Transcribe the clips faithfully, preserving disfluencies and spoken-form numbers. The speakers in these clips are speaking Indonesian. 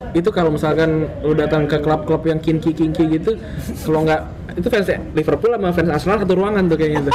itu kalau misalkan lu datang ke klub-klub yang kinky-kinky gitu, kalau nggak itu fans Liverpool sama fans Arsenal satu ruangan tuh kayaknya tuh.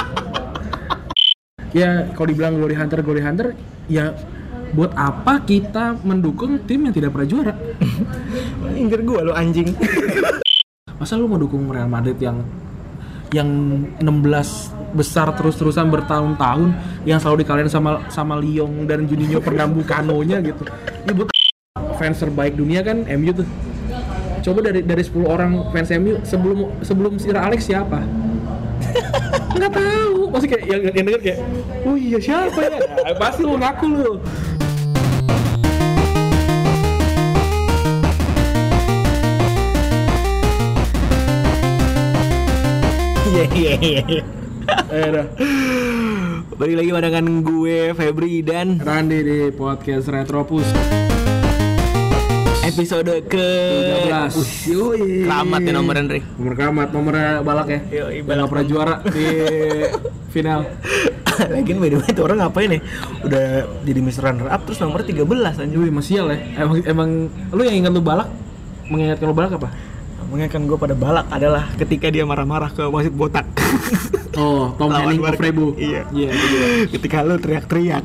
Ya kalau dibilang glory hunter glory hunter ya buat apa kita mendukung tim yang tidak pernah juara? Inggir gua lo anjing. Masa lu mau dukung Real Madrid yang yang enam belas besar terus-terusan bertahun-tahun, yang selalu dikalahin sama sama Lyon dan Juninho Pernambucanonya gitu. Ya buat fans terbaik dunia kan M U tuh. Coba dari dari sepuluh orang fans M U sebelum sebelum Sir Alex siapa? Nggak tahu. Pasti kayak yang, yang denger kayak, "Oh iya siapa ya?" Nah, pasti lu ngaku lu. Iya iya iya. Eh dah. Balik lagi barengan gue Febri dan Randy di podcast Retropus. Episode ke tiga belas. Yoi. Keramat ya nomor Andre. Nomor keramat, nomornya balak ya. Yoi, balak pernah juara di final. Lagian by the way tuh orang ngapain nih? Udah jadi mister Runner Up terus nomor tiga belas anjir. Wih, masih ya. Emang emang lu yang ingat lu balak? Mengingatkan lu balak apa? Mengingatkan gue pada balak adalah ketika dia marah-marah ke wasit botak. Oh, Tom Henning of Rebu. Iya. Iya, iya. Ketika lu teriak-teriak.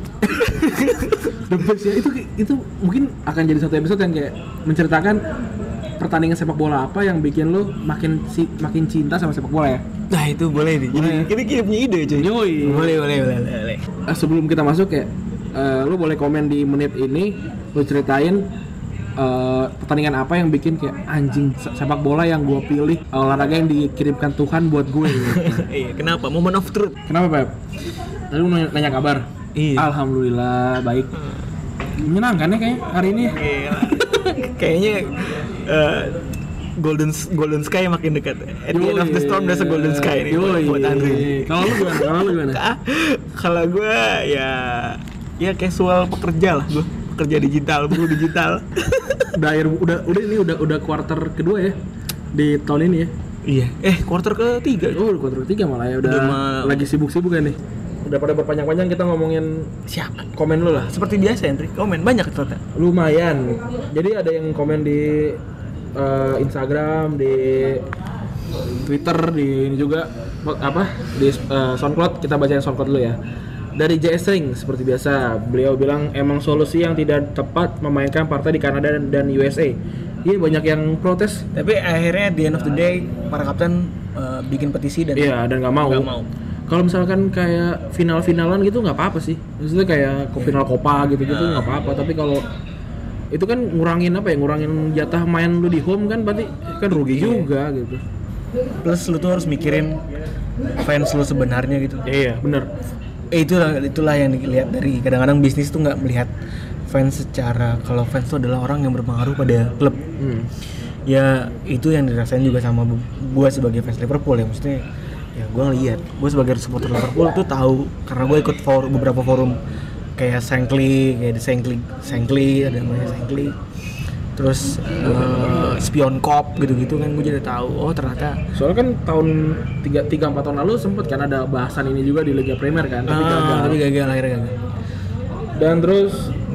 The best ya, itu itu mungkin akan jadi satu episode yang kayak menceritakan pertandingan sepak bola apa yang bikin lu makin si, makin cinta sama sepak bola ya. Nah itu boleh nih. Jadi kita kita punya ide cuy. Yoi. Boleh boleh boleh boleh. Uh, sebelum kita masuk ya, uh, lu boleh komen di menit ini, lu ceritain uh, pertandingan apa yang bikin kayak anjing sepak bola yang gue pilih, olahraga yang dikirimkan Tuhan buat gue. Gitu. Iya, kenapa? Moment of truth. Kenapa Pep? Lalu nanya, nanya kabar. Iya. Alhamdulillah baik. Menyenangkan ya kayaknya hari ini. Iya. Kayaknya uh, golden golden sky makin dekat. At the end of the storm there's a golden sky nih buat Andre. Kalau lu gimana? Kalau lu gimana? Kalau gue ya ya casual pekerja lah gue. Pekerja digital, buruh digital. Udah akhir udah udah ini udah udah quarter kedua ya di tahun ini ya. Iya. Eh quarter ketiga. Oh, quarter ketiga malah ya udah, udah ma- lagi sibuk-sibuk kan nih. Udah pada berpanjang-panjang kita ngomongin siapa? Komen lu lah. Seperti biasa Henry, komen banyak ternyata. Lumayan. Jadi ada yang komen di uh, Instagram, di Twitter, di ini juga apa? Di uh, SoundCloud, kita bacain SoundCloud dulu ya. Dari J S Ring seperti biasa, beliau bilang emang solusi yang tidak tepat memainkan partai di Kanada dan, dan U S A. Iya banyak yang protes. Tapi akhirnya at the end of the day para kapten uh, bikin petisi dan iya dan nggak mau. Nggak mau. Kalau misalkan kayak final-finalan gitu nggak apa-apa sih. Maksudnya kayak yeah. final Copa gitu-gitu nggak yeah. apa-apa. Tapi kalau itu kan ngurangin apa ya? Ngurangin jatah main lu di home kan berarti kan rugi yeah. juga gitu. Plus lu tuh harus mikirin fans lu sebenarnya gitu. Iya, yeah, bener. Eh itulah itulah yang dilihat dari kadang-kadang bisnis tuh nggak melihat fans secara kalau fans itu adalah orang yang berpengaruh pada klub. Hmm. Ya itu yang dirasain juga sama gue sebagai fans Liverpool ya, maksudnya ya gue ngeliat, gue sebagai supporter Liverpool tuh tahu karena gue ikut forum, beberapa forum kayak Shankly, kayak di Shankly, Shankly ada namanya Shankly, terus uh, Spion Cop gitu-gitu kan gue jadi tahu oh ternyata soalnya kan tahun tiga empat tahun lalu sempet kan ada bahasan ini juga di Liga Premier kan, tapi ah, gagal, tapi gagal akhirnya gagal. Dan terus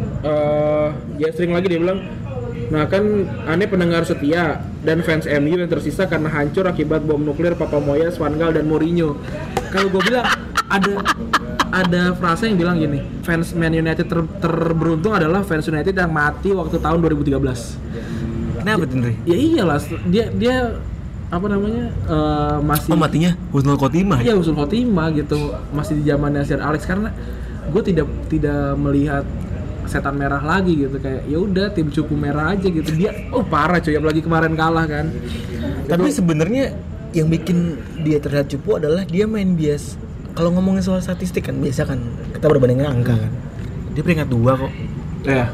uh, ya sering lagi dia bilang, nah kan aneh pendengar setia dan fans M U yang tersisa karena hancur akibat bom nuklir Papa Moyes, Van Gaal dan Mourinho. Kalau gue bilang ada ada frase yang bilang gini, fans Man United ter, terberuntung adalah fans United yang mati waktu tahun dua ribu tiga belas. Kenapa tuh, Andre? Ya iyalah, dia dia apa namanya uh, masih oh matinya husnul khotimah. Iya husnul khotimah gitu, masih di zamannya Sir Alex karena gue tidak tidak melihat setan merah lagi gitu, kayak ya udah tim cupu merah aja gitu. Dia oh parah coy, apalagi kemarin kalah kan. Tapi sebenarnya yang bikin dia terlihat cupu adalah dia main bias. Kalau ngomongin soal statistik kan biasa kan kita berbandingin angka kan. Dia peringkat dua kok. Iya.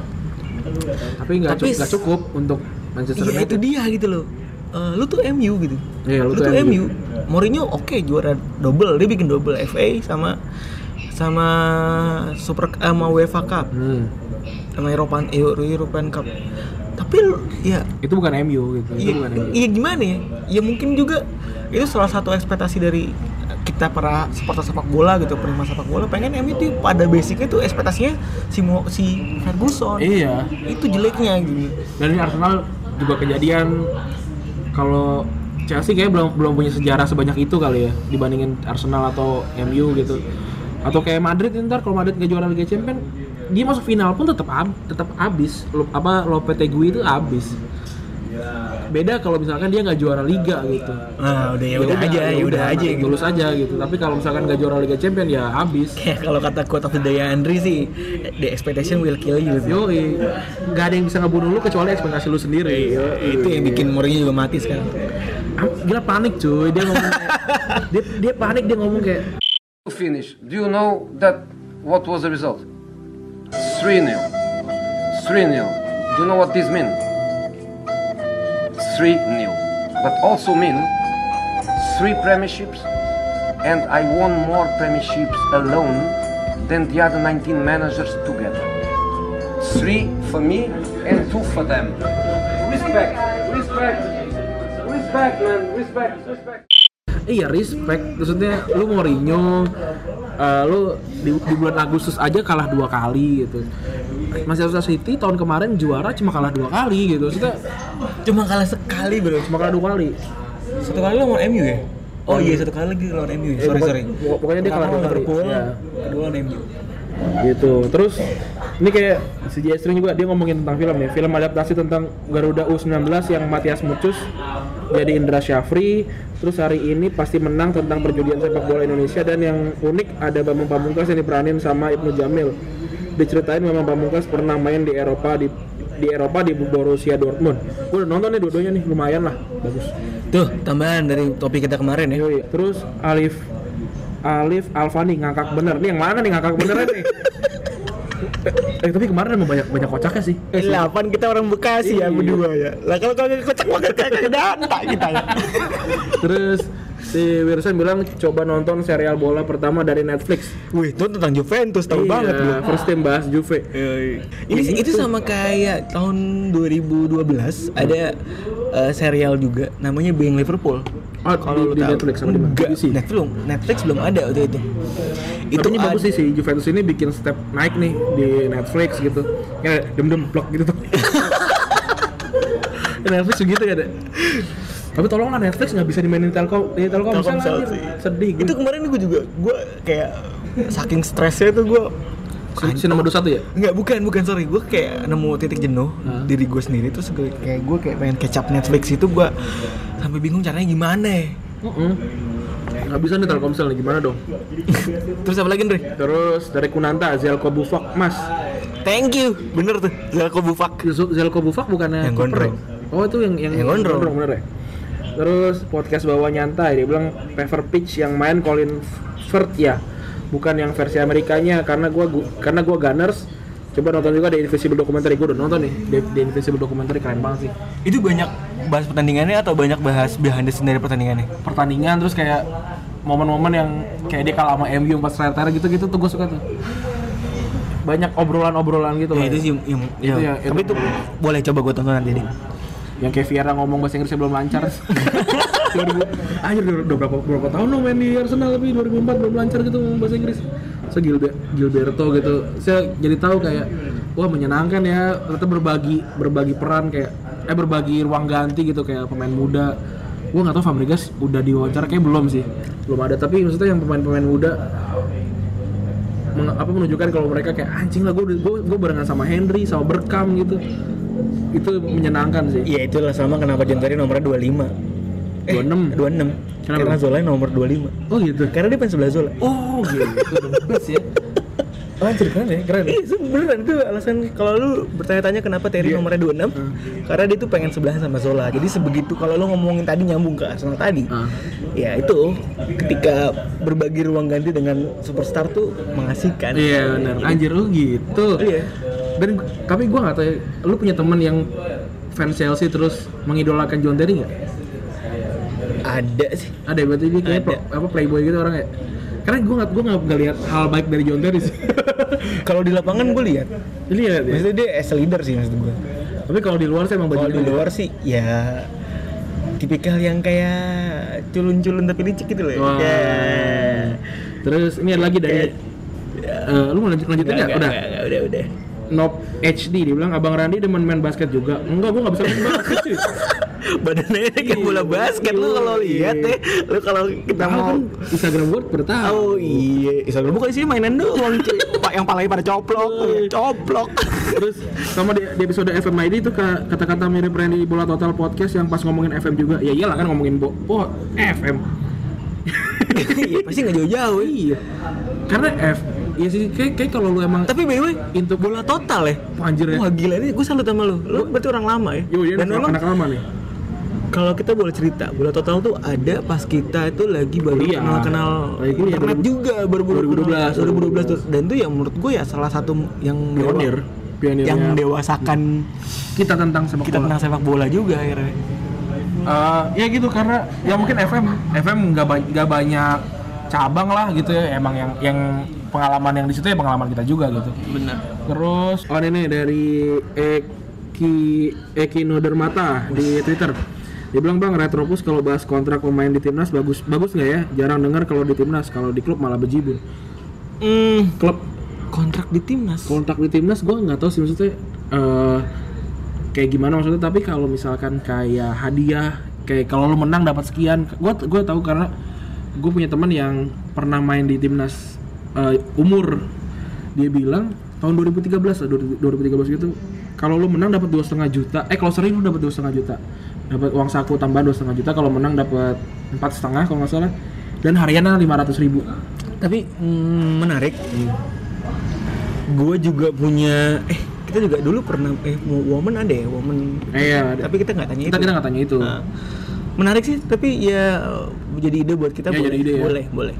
Tapi nggak cukup, nggak cukup untuk Manchester United. Iya itu dia gitu loh. Uh, lu tuh M U gitu. Iya, lu, lu tuh M U. Mourinho oke okay, juara double, dia bikin double F A sama sama Super sama UEFA Cup. Hmm. Sama European European Cup. Tapi ya itu bukan M U gitu. Itu iya, bukan M U. Iya gimana ya? Ya mungkin juga itu salah satu ekspektasi dari kita para supporter sepak bola gitu, penikmat sepak bola pengen M U tuh pada basicnya tuh ekspektasinya si Mo, si Ferguson. Iya. Itu jeleknya gitu. Dan ini Arsenal juga kejadian kalau Chelsea kayaknya belum belum punya sejarah sebanyak itu kali ya dibandingin Arsenal atau M U gitu. Atau kayak Madrid ntar kalau Madrid nggak juara Liga Champions dia masuk final pun tetap ab, tetap habis. Apa Lopetegui itu habis. Beda kalau misalkan dia nggak juara liga gitu. Nah, udah ya udah aja, ya udah aja gitu. Tulus aja gitu. Tapi kalau misalkan nggak juara Liga Champions ya habis. Kayak kalau kata quote of the day Andri sih, the expectation will kill you. Yo, nggak ada yang bisa ngebunuh lu kecuali ekspektasi lu sendiri. Yo, itu yang bikin Mourinho juga mati sekarang. Gila panik cuy, dia ngomong kayak, dia dia panik dia ngomong kayak finish. Do you know that what was the result? three nil. three nil. Do you know what this means? three nil. But also mean three premierships, and I won more premierships alone than the other nineteen managers together. Three for me and two for them. Respect, respect, respect, man, respect, respect. Iya respect, maksudnya lu Mourinho, uh, lu di, di bulan Agustus aja kalah dua kali gitu. Manchester City tahun kemarin juara cuma kalah dua kali gitu, maksudnya cuma kalah sekali bro, cuma kalah dua kali. Satu kali lawan M U ya? Oh iya satu kali lagi lawan M U ya. Eh, sorry pokok, sorry. Pokoknya dia kalah dua kali. Ya. Kedua lawan M U. Gitu. Terus ini kayak si J S juga dia ngomongin tentang film ya, film adaptasi tentang Garuda U sembilan belas yang Matias Mucus jadi Indra Syafri. Terus hari ini pasti menang tentang perjudian sepak bola Indonesia, dan yang unik ada Bambang Pamungkas yang diperanin sama Ibnu Jamil. Diceritain Bambang Pamungkas pernah main di Eropa di di Eropa di Borussia Dortmund. Gue udah nonton nih dua-duanya nih, lumayan lah, bagus. Tuh tambahan dari topik kita kemarin ya. Yoi. Terus Alif Alif Alfani ngakak bener. Nih yang mana nih ngakak beneran nih? Eh tapi kemarin emang banyak banyak kocaknya sih. Eh, delapan kita orang Bekasi ya Iya. berdua ya. Lah kalau kagak kocak banget kagak data kita ya. Terus si Wirsan bilang coba nonton serial bola pertama dari Netflix. Wih, itu tentang Juventus tahu Iya, banget bro. first time bahas Juve. Ini itu sama kayak tahun dua ribu dua belas ada uh, serial juga namanya Being Liverpool. Oh, Kalau di, di tahu. Netflix sama di mana? Enggak, B B C. Netflix belum, Netflix belum ada waktu itu. Itu ini bagus sih, si Juventus ini bikin step naik nih di Netflix gitu. Kayak dem-dem blok gitu tuh. Netflix begitu ya, Dek. Tapi tolonglah Netflix nggak bisa dimainin Telkom, di Telkomsel Telkomsel aja. sih. Sedih gue. Itu kemarin gue juga gue kayak saking stresnya tuh gue Si nomor dua puluh satu ya? Enggak, bukan, bukan, sorry. Gue kayak nemu titik jenuh Hah? diri gue sendiri. Terus gue kayak gue kayak pengen catch up Netflix itu. Gue sampai bingung caranya gimana ya. Uh-uh. Nggak bisa nih Telkomsel nih, gimana dong? Terus apa lagi, Andre? Terus dari Kunanta, Zelko Bufak, Mas. Thank you, bener tuh, Zelko Bufak. Zelko Bufak bukannya Yang Koper ya? gondrong. Oh itu yang yang, Yang gondrong. bener ya? Terus podcast bawa nyantai, dia bilang Pepper Pitch yang main Colin Firth ya, bukan yang versi Amerikanya, karena gua gu- karena gua Gunners. Coba nonton juga The Invisible Documentary, gua udah nonton nih The, The Invisible Documentary, keren banget sih. Itu banyak bahas pertandingannya atau banyak bahas behind the scene dari pertandingannya? Pertandingan terus kayak momen-momen yang kayak dia kalah sama M U pas terakhir gitu-gitu tuh gua suka tuh. Banyak obrolan-obrolan gitu Ya loh. itu sih, yang, Itu ya, ya, tapi itu- itu boleh coba gue tonton nanti deh. Yang kayak Vieira ngomong bahasa Inggrisnya belum lancar. dua ribu Anjir udah, udah berapa berapa tahun lo main di Arsenal, tapi dua ribu empat belum lancar gitu ngomong bahasa Inggris. So Gilbe- Gilberto gitu. Saya jadi tahu kayak wah menyenangkan ya, ternyata berbagi berbagi peran kayak eh berbagi ruang ganti gitu kayak pemain muda. Gua nggak tahu Fabregas udah diwawancara, kayak belum sih. Belum ada, tapi maksudnya yang pemain-pemain muda meng- apa menunjukkan kalau mereka kayak anjing lah, gue gue barengan sama Henry sama Bergkamp gitu. Itu menyenangkan sih. Iya itulah sama kenapa John Terry nomornya dua puluh lima. Eh, dua puluh enam. dua puluh enam. Kenapa? Karena Zola nomor dua puluh lima. Oh gitu. Karena dia pengen sebelah Zola. Oh gitu. Bagus ya. Anjir keren ya, keren. Eh, itu beneran itu alasan kalau lu bertanya-tanya kenapa Terry Dia- nomornya dua puluh enam? Hmm. Karena dia tuh pengen sebelahan sama Zola. Jadi sebegitu kalau lu ngomongin tadi nyambung ke Arsenal tadi. Ah. Ya itu ketika berbagi ruang ganti dengan superstar tuh mengasihkan. Iya benar. Anjir lu gitu. Iya. Dan tapi gua nggak tahu ya, lu punya teman yang fans Chelsea terus mengidolakan John Terry nggak? Ada sih. Ada, berarti dia kayak Ada. pro- apa playboy gitu orang ya? Karena gua nggak gua nggak lihat hal baik dari John Terry sih. Kalau di lapangan gue lihat. Lihat ya. Maksudnya dia as a leader sih maksud gue. Tapi kalau di luar sih emang Kalau bajunya di luar sih ya tipikal yang kayak culun-culun tapi licik gitu loh. Wah. Ya. Terus ini ada lagi dari uh, lu mau lanjut lanjutin nggak? Udah. Enggak, enggak, udah, udah. Nope H D dia bilang Abang Randi demen main basket juga. Enggak, gua nggak bisa main basket cuy. Badannya kayak bola basket lu kalau lihat deh. Lu kalau kita Nah, mau kan Instagram gua bertahan. oh iya, Instagram bukan sih mainan doang, cuy. Pak yang palanya pada coplok, coplok. Terus sama di, di episode F M I D itu ka- kata-kata mirip Randy Bola Total Podcast yang pas ngomongin F M juga. Ya iyalah kan ngomongin bo, oh F M. Iya, pasti nggak jauh-jauh. Iya. Karena F, iya sih kayak, kayak kalau lu emang Tapi by the way, into bola total ya. Wah, anjir ya. Wah gila ini, gue salut sama lu. Lu berarti orang lama ya. Yo, iya, Dan memang anak lama nih. kalau kita boleh cerita, bola total tuh ada pas kita itu lagi baru Iya. kenal-kenal Lagi kuliah, internet dua ribu- juga baru dua ribu dua belas. dua ribu dua belas tuh. Dan tuh yang menurut gue ya salah satu yang dewa- Pionir. Pionirnya yang dewasakan kita tentang sepak kita bola. tentang sepak bola juga akhirnya. Uh, ya gitu karena ya mungkin F M F M nggak ba- nggak banyak cabang lah gitu ya, emang yang yang pengalaman yang di situ ya pengalaman kita juga gitu. Benar. Terus oh ini dari Eki Eki Nodermata di Twitter. Dia bilang, Bang, Retropus kalau bahas kontrak pemain di timnas bagus bagus nggak ya? Jarang dengar kalau di timnas, kalau di klub malah bejibun. Hmm, Klub kontrak di timnas. kontrak di timnas gue nggak tahu sih maksudnya uh, kayak gimana maksudnya, tapi kalau misalkan kayak hadiah kayak kalau lu menang dapat sekian, gue gue tahu karena gue punya teman yang pernah main di timnas uh, umur, dia bilang tahun dua ribu tiga belas lah, dua ribu tiga belas gitu, kalau lu menang dapat dua setengah juta, eh kalau sering lu dapat dua setengah juta, dapat uang saku tambahan dua setengah juta, kalau menang dapat empat setengah kalau nggak salah, dan hariannya lima ratus ribu. Tapi mm, menarik. Gue juga punya eh kita juga dulu pernah eh woman ada ya woman. Eh, iya, ada. Tapi kita nggak tanya Kita itu. kita nggak tanya itu. Nah, menarik sih, tapi ya jadi ide buat kita. Ya, boleh, jadi ide ya. boleh, boleh.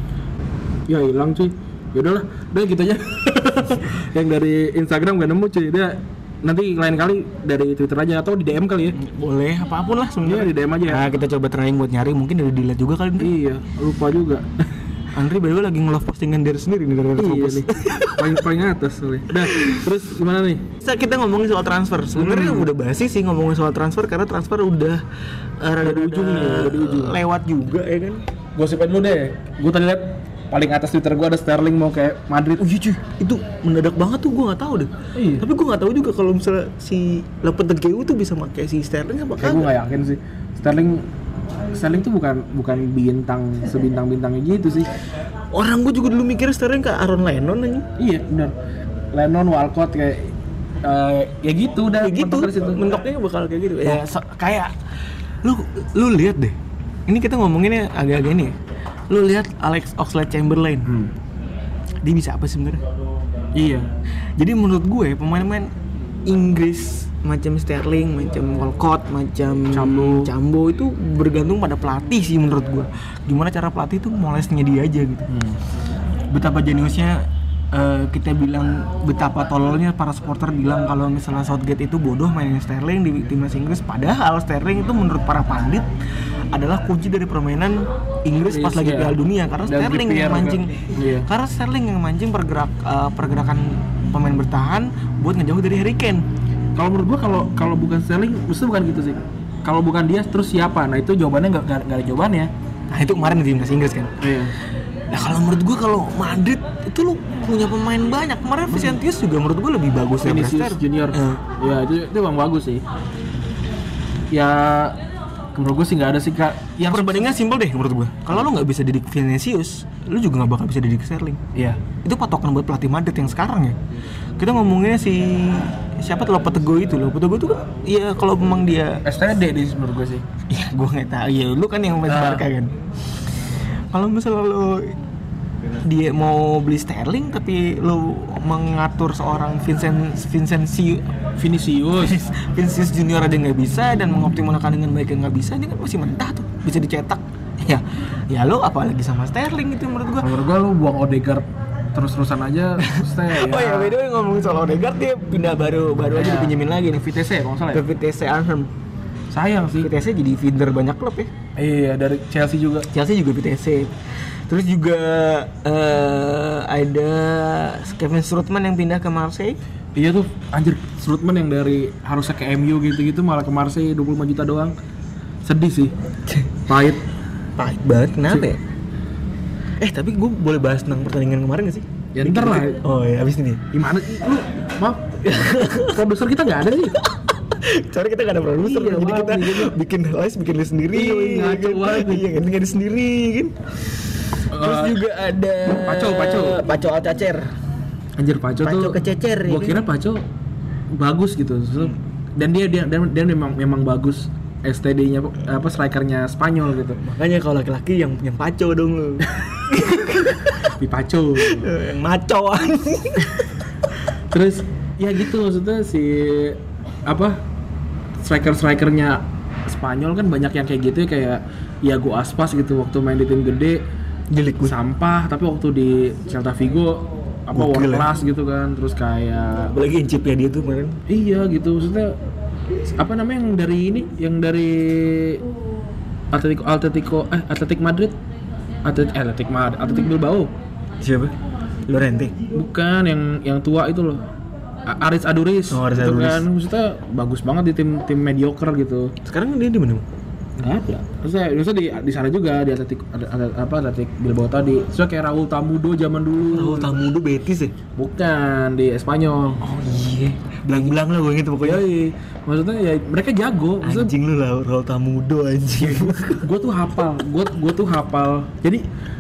Ya hilang cuy. Ya udahlah, udah gitu aja. Yang dari Instagram gak nemu cuy. Dia nanti lain kali dari Twitter aja atau di D M kali ya. Boleh, apapun lah Iya, sebenarnya. di D M aja ya. Nah, kita coba trying buat nyari, mungkin dari dilihat juga kali ini. Iya, lupa juga. Andri by the way lagi nge-love postingan diri sendiri nih dari Iya Retropus. nih. Paling paling atas soalnya. Udah, terus gimana nih? Bisa kita ngomongin soal transfer. Sebenarnya Hmm. udah basi sih ngomongin soal transfer karena transfer udah uh, rada di ujung nih, udah di ujung. lewat juga ya kan. Gosipin dulu deh. Gue tadi liat paling atas Twitter gue ada Sterling mau kayak Madrid. Oh iya cuy, itu mendadak banget tuh, gue nggak tahu deh. Iya. Tapi gue nggak tahu juga kalau misalnya si Lopetegui tuh bisa pakai si Sterling apa Kayak gue nggak yakin sih. Sterling Sterling tuh bukan bukan bintang sebintang-bintangnya gitu sih. Orang gue juga dulu mikir Sterling kayak Aaron Lennon aja. Iya benar. Lennon, Walcott kayak uh, ya gitu udah Kayak gitu, mentok dari situ. mentoknya bakal kayak gitu. Ya so- kayak lu lu lihat deh. Ini kita ngomonginnya agak-agak ini ya. Lu lihat Alex Oxlade-Chamberlain. Hmm. Dia bisa apa sih sebenarnya? Iya. Jadi menurut gue pemain-pemain Inggris macam Sterling, macam Walcott, macam Cambo. Cambo itu bergantung pada pelatih sih menurut gue. Gimana cara pelatih itu molesnya dia aja gitu. Hmm. Betapa jeniusnya uh, kita bilang, betapa tololnya para supporter bilang kalau misalnya Southgate itu bodoh mainin Sterling di timnas Inggris, padahal Sterling itu menurut para pandit adalah kunci dari permainan Inggris pas Yes, lagi iya. Piala Dunia karena Dan Sterling Trippier yang mancing juga. Iya. karena Sterling yang mancing pergerak uh, pergerakan pemain bertahan buat ngejauh dari Harry Kane. Kalau menurut gua kalau kalau bukan Sterling, mesti bukan gitu sih. Kalau bukan dia terus siapa? Nah itu jawabannya nggak nggak ada jawabannya. Nah itu kemarin di timnas Inggris kan. Iya. Nah kalau menurut gua kalau Madrid itu lu punya pemain banyak. Kemarin Vinicius juga menurut gua lebih bagus dari Vinicius Sterling. Junior. Eh. Ya itu itu emang bagus sih. Ya menurut gue sih nggak ada sih kak. Yang perbandingan simpel deh menurut gue. Kalau lu nggak bisa didik Vinicius, lu juga nggak bakal bisa didik Sterling. Iya. Itu patokan buat pelatih Madrid yang sekarang ya. Kita ngomonginnya si siapa tuh Lopetegui itu. Lopetegui itu kan ya kalau memang dia S T D di menurut gue sih. ya gue nggak tahu ya, lu kan yang main Ah. Barca kan. Kalau misalnya lu dia mau beli Sterling tapi lu mengatur seorang Vincent Vincent si Vinicius. Vinicius Junior aja nggak bisa dan mengoptimalkan dengan baik nggak bisa, dia kan masih mentah tuh, bisa dicetak. Ya, ya lo apalagi sama Sterling itu menurut gua. Menurut gue lu buang Odegaard terus-terusan aja. Maksudnya ya. Oh ya, by the way ngomongin soal Odegaard, dia pindah baru baru aja Ya. dipinjemin lagi nih V T C kalau nggak salah ke ya. V T C Arnhem. Sayang sih. V T C jadi feeder banyak klub ya. Iya dari Chelsea juga. Chelsea juga V T C. Terus juga eh, ada Kevin Strootman yang pindah ke Marseille. Iya tuh anjir Strootman yang dari harusnya ke M U gitu-gitu malah ke Marseille dua puluh lima juta doang. Sedih sih. Pahit. Pahit banget, kenapa ya? Eh tapi gue boleh bahas tentang pertandingan kemarin gak sih? Ya ntar lah. Oh ya abis ini. Gimana sih? Lu, maaf. Produser kita nggak ada sih. Soalnya kita gak ada produser, Iya, jadi maaf kita nih, gitu. bikin live, bikin live sendiri. Iya, ngaco kan? banget. Iya kan, ngedit sendiri kan. Terus Eh, juga ada Paco, Paco. Paco Alcacer. Anjir Paco, Paco tuh. kececer, ya Gua kan? kira Paco bagus gitu. So, dan dia dia dan, dan memang memang bagus S T D-nya apa strikernya Spanyol gitu. Makanya kalau laki-laki yang yang Paco dong lu. Di Paco. Yang maco anjing. Terus ya gitu maksudnya si apa striker-strikernya Spanyol kan banyak yang kayak gitu ya, kayak Iago Aspas gitu waktu main di tim gede Jelek gue. sampah, tapi waktu di Celta Vigo apa Gokil world ya. class gitu kan. Terus kayak Apalagi incipnya dia tuh kemarin. iya gitu maksudnya apa namanya yang dari ini yang dari Atletico Atletico eh Atletic Madrid Atletic Atletic Madrid Atletic Bilbao Siapa? Lorente. bukan yang yang tua itu loh, A- Aris Aduriz. Oh, Aris gitu Aduriz. kan maksudnya bagus banget di tim tim mediocre gitu. Sekarang dia di mana? Nggak ada. Maksudnya, maksudnya di di sana juga di Atletic ada, ada apa Atletic Bilbao tadi. Terus kayak Raul Tamudo zaman dulu. Raul Tamudo Betis ya? Bukan di Espanyol. Oh iya. Belang-belang lah gue gitu pokoknya. Yoi. Maksudnya ya mereka jago. Maksudnya Anjing lu lah Raul Tamudo anjing. gue tuh hafal. Gue gue tuh hafal. Jadi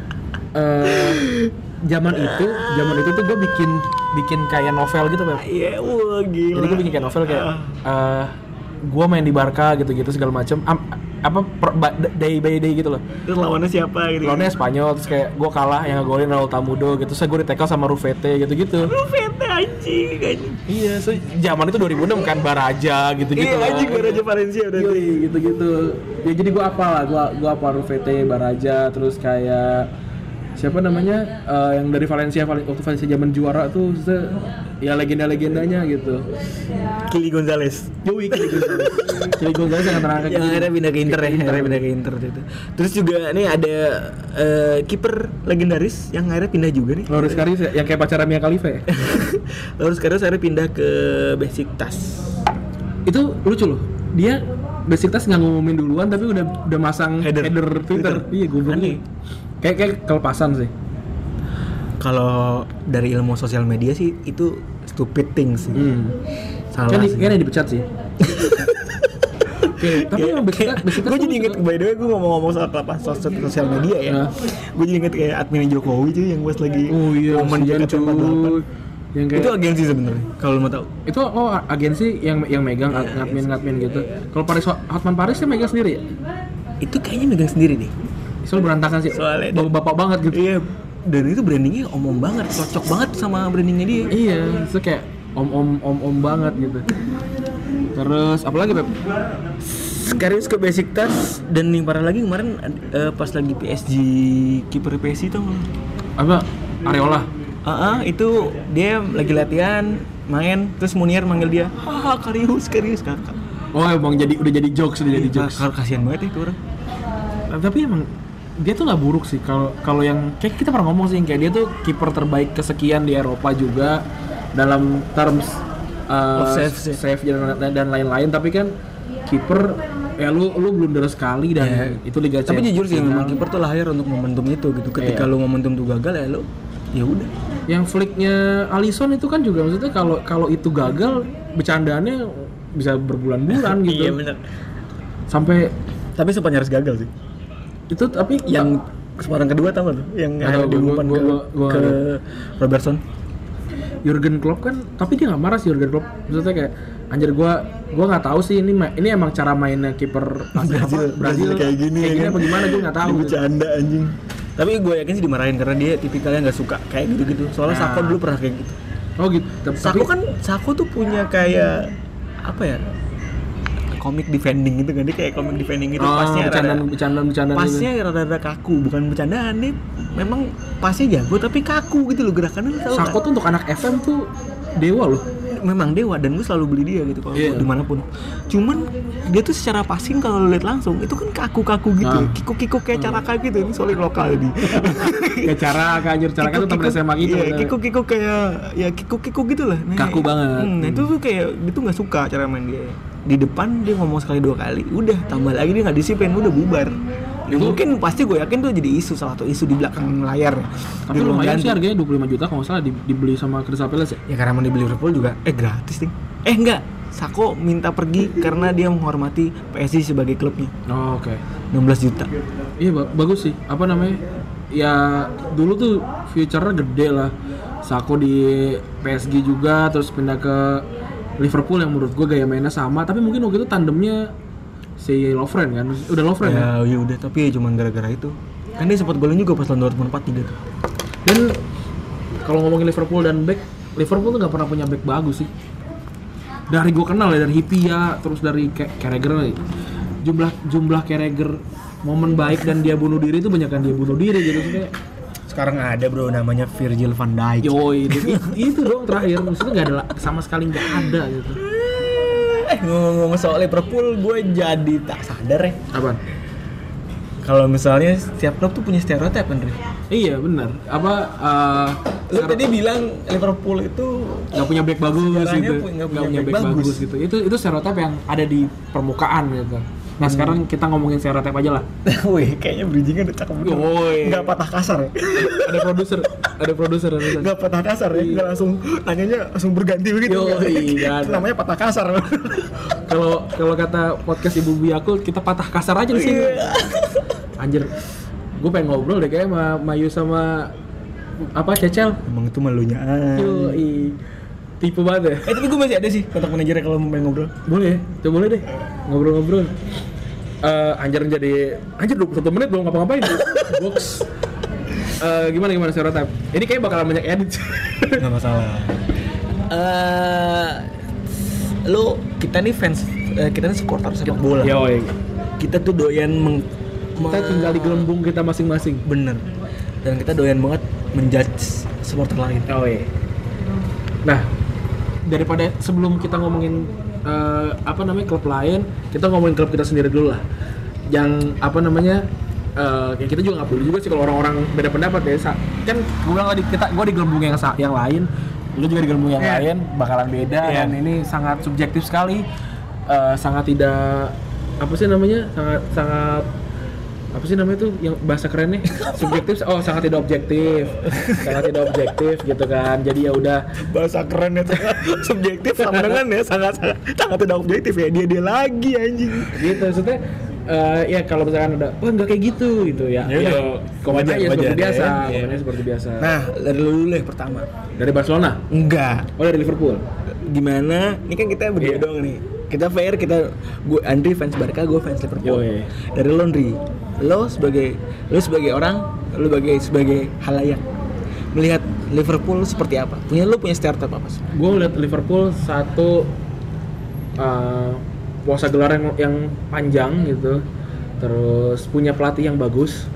eh zaman itu, zaman itu tuh gue bikin bikin kayak novel gitu, Beb. Iya, wah gila. Jadi gue bikin kayak novel kayak eh gue main di Barca gitu-gitu segala macam. Am- apa per, ba- day by day gitu loh. Terus lawannya siapa gitu? Lawannya Spanyol, terus kayak gue kalah yang ngegolin Raul Tamudo gitu. Terus gue di-tackle sama Rufete gitu-gitu. Lu vete anjing anjing. Iya, so zaman itu dua ribu enam kan Baraja gitu-gitu. Iya lah. anjing Baraja Valencia udah. Yoi, gitu-gitu. Ya jadi gue apa lah, gue gue apa Rufete, Baraja, terus kayak siapa namanya eh, yang dari Valencia Val- waktu Valencia zaman juara tuh se- ya legenda-legendanya gitu. Kili Gonzalez. Yoi, Kili Gonzalez. Kili Gonzalez yang terangkat Yang akhirnya pindah ke Inter ya, akhirnya pindah ke Inter gitu. Terus juga nih ada eh, kiper legendaris yang akhirnya pindah juga nih. Loris Karius ya, yang kayak pacar Mia Khalifa ya. Loris Karius akhirnya pindah ke Besiktas. Itu lucu loh. Dia Besiktas nggak ngumumin duluan tapi udah udah masang Header. header, Twitter. Twitter. Iya, goblok Aneh. nih. Kayak kayak kelepasan sih. Kalau dari ilmu sosial media sih itu stupid things sih. Hmm. Salah Kan di, sih. kan yang dipecat sih. Oke, tapi emang Besiktas Besiktas gue tuh jadi inget, lucu. by the way gue ngomong-ngomong soal apa sosial sosial media ya. Nah. Gue jadi inget kayak admin Jokowi tuh yang pas lagi Oh iya, momen kasihan, J K T empat puluh delapan. cuy. Yang kayak Itu agensi sebenarnya kalau lo mau tahu. itu oh agensi yang yang megang ngadmin ngadmin gitu. Kalau Paris Hotman Paris dia megang sendiri ya? Itu kayaknya megang sendiri deh. Soalnya berantakan sih. Soalnya bapak, bapak banget gitu. Iya. Dan itu brandingnya om-om banget, cocok banget sama brandingnya dia. Iya, itu kayak om om om om banget gitu. Terus apalagi Beb? Karius ke Besiktas dan yang parah lagi kemarin eh, pas lagi P S G kiper P S G tau nggak? Apa? Areola. Ah, ah, itu dia lagi latihan main terus Munier manggil dia, haha Karius Karius kakak. Oh emang jadi udah jadi jokes udah jadi jokes. Kakak kasihan banget itu orang. Tapi emang dia tuh nggak buruk sih kalau kalau yang kayak kita pernah ngomong sih kayak dia tuh kiper terbaik kesekian di Eropa juga dalam terms uh, Of saves, ya. save dan, dan, dan lain-lain, tapi kan kiper ya lu lu blunder sekali dan Ya. itu Liga Tapi Champions. jujur sih memang kiper tuh lahir untuk momentum itu gitu. Ketika Iya. lu momentum tuh gagal ya lu ya udah. Yang flicknya Alisson itu kan juga maksudnya kalau kalau itu gagal bercandaannya bisa berbulan-bulan gitu. Iya benar. Sampai Tapi sempat nyaris gagal sih. itu tapi Yang kesempatan kedua tau gak tuh? Yang Nggak akhirnya tahu, gua- diumpan gua- ke, gua- gua ke nggak Robertson. Jurgen Klopp kan, tapi dia nggak marah sih Jurgen Klopp. Maksudnya kayak anjir gua gua nggak tahu sih ini ma- ini emang cara mainnya kiper Brazil, Brazil kayak gini kayak ya gini kan? apa gimana gua nggak tahu. Dia gitu. bercanda anjing. Tapi gue yakin sih dimarahin karena dia tipikalnya nggak suka kayak gitu-gitu. Soalnya Nah. Sako dulu pernah kayak gitu. Oh gitu. Tapi Sako kan Sako tuh punya kayak apa ya? Komik defending gitu kan, dia kayak komik defending gitu. oh, pasnya bercandaan rada, bercandaan bercandaan gitu. pasnya rada-rada kaku, bukan bercandaan nih. Memang pasnya jago tapi kaku gitu loh gerakannya. Lu tahu Sako kan? tuh untuk anak F M tuh dewa loh. Memang dewa dan gue selalu beli dia gitu kalau Iya. dimanapun. Cuman dia tuh secara passing kalau lu lihat langsung itu kan kaku-kaku gitu, Nah. kikuk-kikuk kayak Caraka gitu. Ini soalnya lokal di. Kayak cara anjir cara kan tuh temen S M A gitu. Iya, bener. kikuk-kikuk kayak ya kikuk-kikuk gitu lah. Nah, Kaku banget. Hmm, nah itu tuh kayak dia tuh nggak suka cara main dia. di depan dia ngomong sekali dua kali, udah tambah lagi dia nggak disiplin, udah bubar. Ya, mungkin pasti gue yakin tuh jadi isu, salah satu isu di belakang layar. Tapi lumayan sih harganya dua puluh lima juta kalau nggak salah di, dibeli sama Crystal Palace ya. Ya karena mau dibeli Liverpool juga, eh gratis ding. Eh enggak, Sako minta pergi karena dia menghormati P S G sebagai klubnya. Oh, oke. Okay. enam belas juta. Iya ba- bagus sih. Apa namanya? Ya dulu tuh future-nya gede lah. Sako di P S G juga, terus pindah ke Liverpool yang menurut gue gaya mainnya sama. Tapi mungkin waktu itu tandemnya si Lovren kan, udah Lovren ya, ya udah, tapi ya cuma gara-gara itu kan dia sempat golin juga pas lawan Dortmund empat tiga tuh. Dan kalau ngomongin Liverpool dan back, Liverpool tuh nggak pernah punya back bagus sih. Dari gue kenal ya, dari Hipia, terus dari Carragher, jumlah jumlah Carragher momen baik dan dia bunuh diri itu banyak kan dia bunuh diri gitu kayak. Sekarang ada bro namanya Virgil van Dijk. Yoi, itu, itu dong terakhir, maksudnya nggak ada sama sekali nggak ada gitu. Eh ngomong-ngomong soal Liverpool, gue jadi tak sadar ya. Apaan? Kalau misalnya setiap klub tuh punya stereotip kan, Ri? Iya benar. Apa? Uh, Lu tadi bilang Liverpool itu nggak punya back bagus gitu, pu- nggak punya, punya back, back bagus. bagus gitu. Itu itu stereotip yang ada di permukaan gitu. Nah hmm. sekarang kita ngomongin stereotip aja lah. Wih, kayaknya bridgingnya udah cakep banget. Nggak patah kasar ya? Ada produser, ada produser. Nggak patah kasar ya? Nggak langsung nanyanya langsung berganti begitu. Iya. Namanya patah kasar. Kalau kalau kata podcast Ibu Biakul, kita patah kasar aja di sini. Anjir, gue pengen ngobrol deh kayak sama Mayu sama apa Cecel. Emang itu malunya. Yoi, tipe banget ya. Eh tapi gue masih ada sih kontak manajernya kalau mau pengen ngobrol. Boleh, coba boleh deh ngobrol-ngobrol. Uh, anjir jadi anjir dua puluh satu menit belum ngapa-ngapain. Box. Uh, gimana gimana stereotip? Ini kayak bakalan banyak edit. Nggak masalah. Uh, lo kita nih fans, uh, kita nih supporter sepak bola. Yoi. Kita tuh doyan meng kita tinggal di gelembung kita masing-masing. Bener. Dan kita doyan banget menjudge supporter lain. Oh iya. Nah, daripada sebelum kita ngomongin uh, apa namanya klub lain, kita ngomongin klub kita sendiri dulu lah. Yang apa namanya? Uh, ya kita juga nggak peduli juga sih kalau orang-orang beda pendapat ya. Kan gue bilang tadi kita gue di gelembung yang yang lain, lu juga di gelembung yang yeah. lain, bakalan beda yeah. Dan ini sangat subjektif sekali, uh, sangat tidak apa sih namanya? Sangat sangat apa sih namanya tuh yang bahasa kerennya subjektif, oh sangat tidak objektif, sangat tidak objektif gitu kan. Jadi ya udah bahasa kerennya subjektif sama dengan ya sangat sangat sangat tidak objektif ya dia dia lagi anjing gitu maksudnya. Uh, ya kalau misalkan ada, wah nggak kayak gitu gitu ya. Ya, ya komennya ya seperti biasa, ya. Komennya seperti biasa. Nah dari dulu deh pertama. Dari Barcelona? Enggak. Oh dari Liverpool. Gimana? Ini kan kita berdua yeah. doang nih. Kita fair, kita gue Andri fans Barca, gue fans Liverpool. Yo, yeah. Dari Laundry, lo sebagai lo sebagai orang, lo sebagai sebagai halayak melihat Liverpool seperti apa? Punya lo punya stereotip apa sih? Gue melihat Liverpool satu uh, puasa gelar yang, yang panjang gitu, terus punya pelatih yang bagus,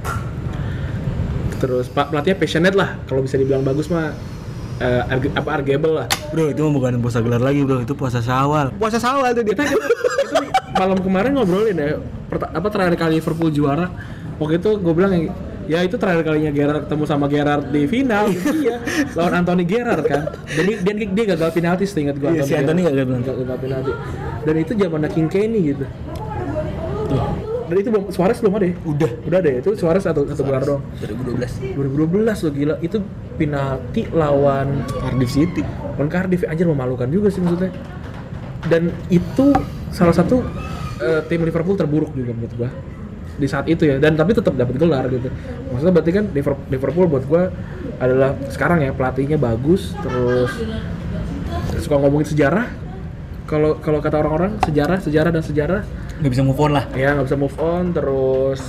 terus pelatihnya passionate lah, kalau bisa dibilang bagus mah uh, arg- apa arguable lah. Bro itu mah bukan puasa gelar lagi bro, itu puasa Syawal. Puasa Syawal tuh dia. Kita, kita, kita malam kemarin ngobrolin ya, perta- apa terakhir kali Liverpool juara, waktu itu gue bilang ya itu terakhir kalinya Gerrard ketemu sama Gerrard di final. Iya, lawan Anthony Gerrard kan. Jadi dia dia gagal penalti seingat gue. Iya, si Anthony gagal penalti. Dan itu zamannya King Kenny gitu. Tuh. Dan itu belum Suarez belum ada ya? Udah, udah deh. Itu Suarez satu satu gelar dong. dua ribu dua belas dua ribu dua belas lo gila. Itu penalti lawan Cardiff City. Lawan Cardiff anjir memalukan juga sih maksudnya. Dan itu salah satu uh, tim Liverpool terburuk juga menurut gua di saat itu ya, dan tapi tetap dapat gelar gitu. Maksudnya berarti kan Liverpool buat gue adalah sekarang ya pelatihnya bagus, terus suka ngomongin sejarah. Kalau kalau kata orang-orang sejarah, sejarah dan sejarah nggak bisa move on lah. Ya nggak bisa move on, terus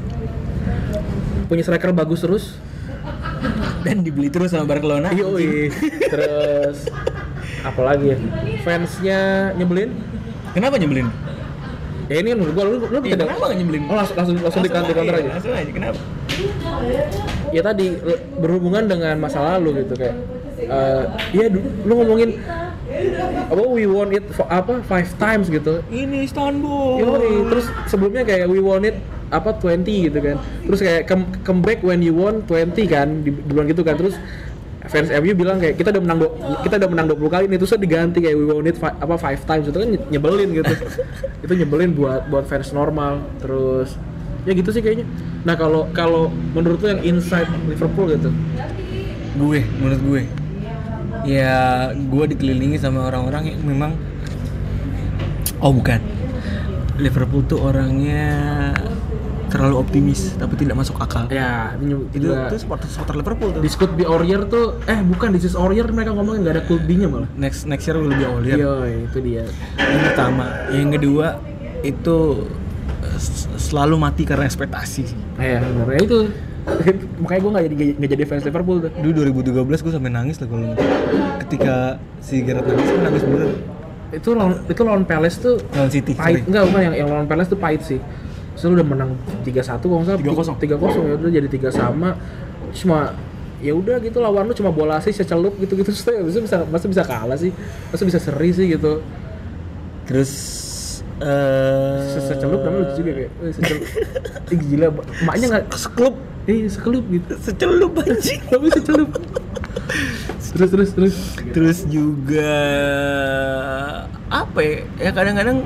punya striker bagus terus dan dibeli terus sama Barcelona. Yoi. Terus apalagi ya, fansnya nyebelin. Kenapa nyebelin? Ya ini kan menurut gua, lu, lu ya, tidak kenapa nggak nyebelin? Oh langsung langsung langsung di counter counter aja. Langsung aja, kenapa? Ya tadi berhubungan dengan masa lalu gitu kayak, uh, ya lu ngomongin apa we won it for, apa five times gitu. Ini Istanbul. Yoi, terus sebelumnya kayak we won it apa twenty gitu kan. Terus kayak come, come back when you won twenty kan, dibilang gitu kan. Terus fans M U bilang kayak kita udah menang do- kita udah menang dua puluh kali nih, terus diganti kayak we won it fi- apa five times, itu kan nyebelin gitu. Itu nyebelin buat buat fans normal. Terus ya gitu sih kayaknya. Nah, kalau kalau menurut lu yang inside Liverpool gitu, gue menurut gue ya gue dikelilingi sama orang-orang yang memang oh bukan Liverpool tuh orangnya terlalu optimis tapi tidak masuk akal. ya ini Itu juga itu supporter supporter Liverpool tuh. this could be our year tuh, eh bukan this is our year, mereka ngomongin nggak ada could be-nya malah. Next next year will be all year. Iya, itu dia. Yang pertama, yang kedua itu eh, s- selalu mati karena ekspektasi. Eh, bener ya itu. Makanya gue nggak jadi nggak jadi fans Liverpool tuh. Dulu dua ribu tiga belas gue sampai nangis lah kalau ketika si Gerrard nangis, gue nangis bener. Itu lawan itu lawan Palace tuh Lawan City, pahit. sorry. Enggak, bukan yang yang lawan Palace tuh pahit sih. Soalnya udah menang tiga satu kalau nggak salah. tiga kosong. tiga kosong ya udah jadi tiga sama. Cuma ya udah gitu, lawan lu cuma bola sih secelup gitu-gitu, terus bisa bisa masa bisa kalah sih. Masa bisa seri sih gitu. Terus eh Se- Secelup namanya lucu juga kayak. "Wih, secelup." Ih, gila, emaknya enggak sekelup eh sekelup gitu. secelup anjing. Tapi secelup. terus terus terus. Terus juga apa ya? Ya kadang-kadang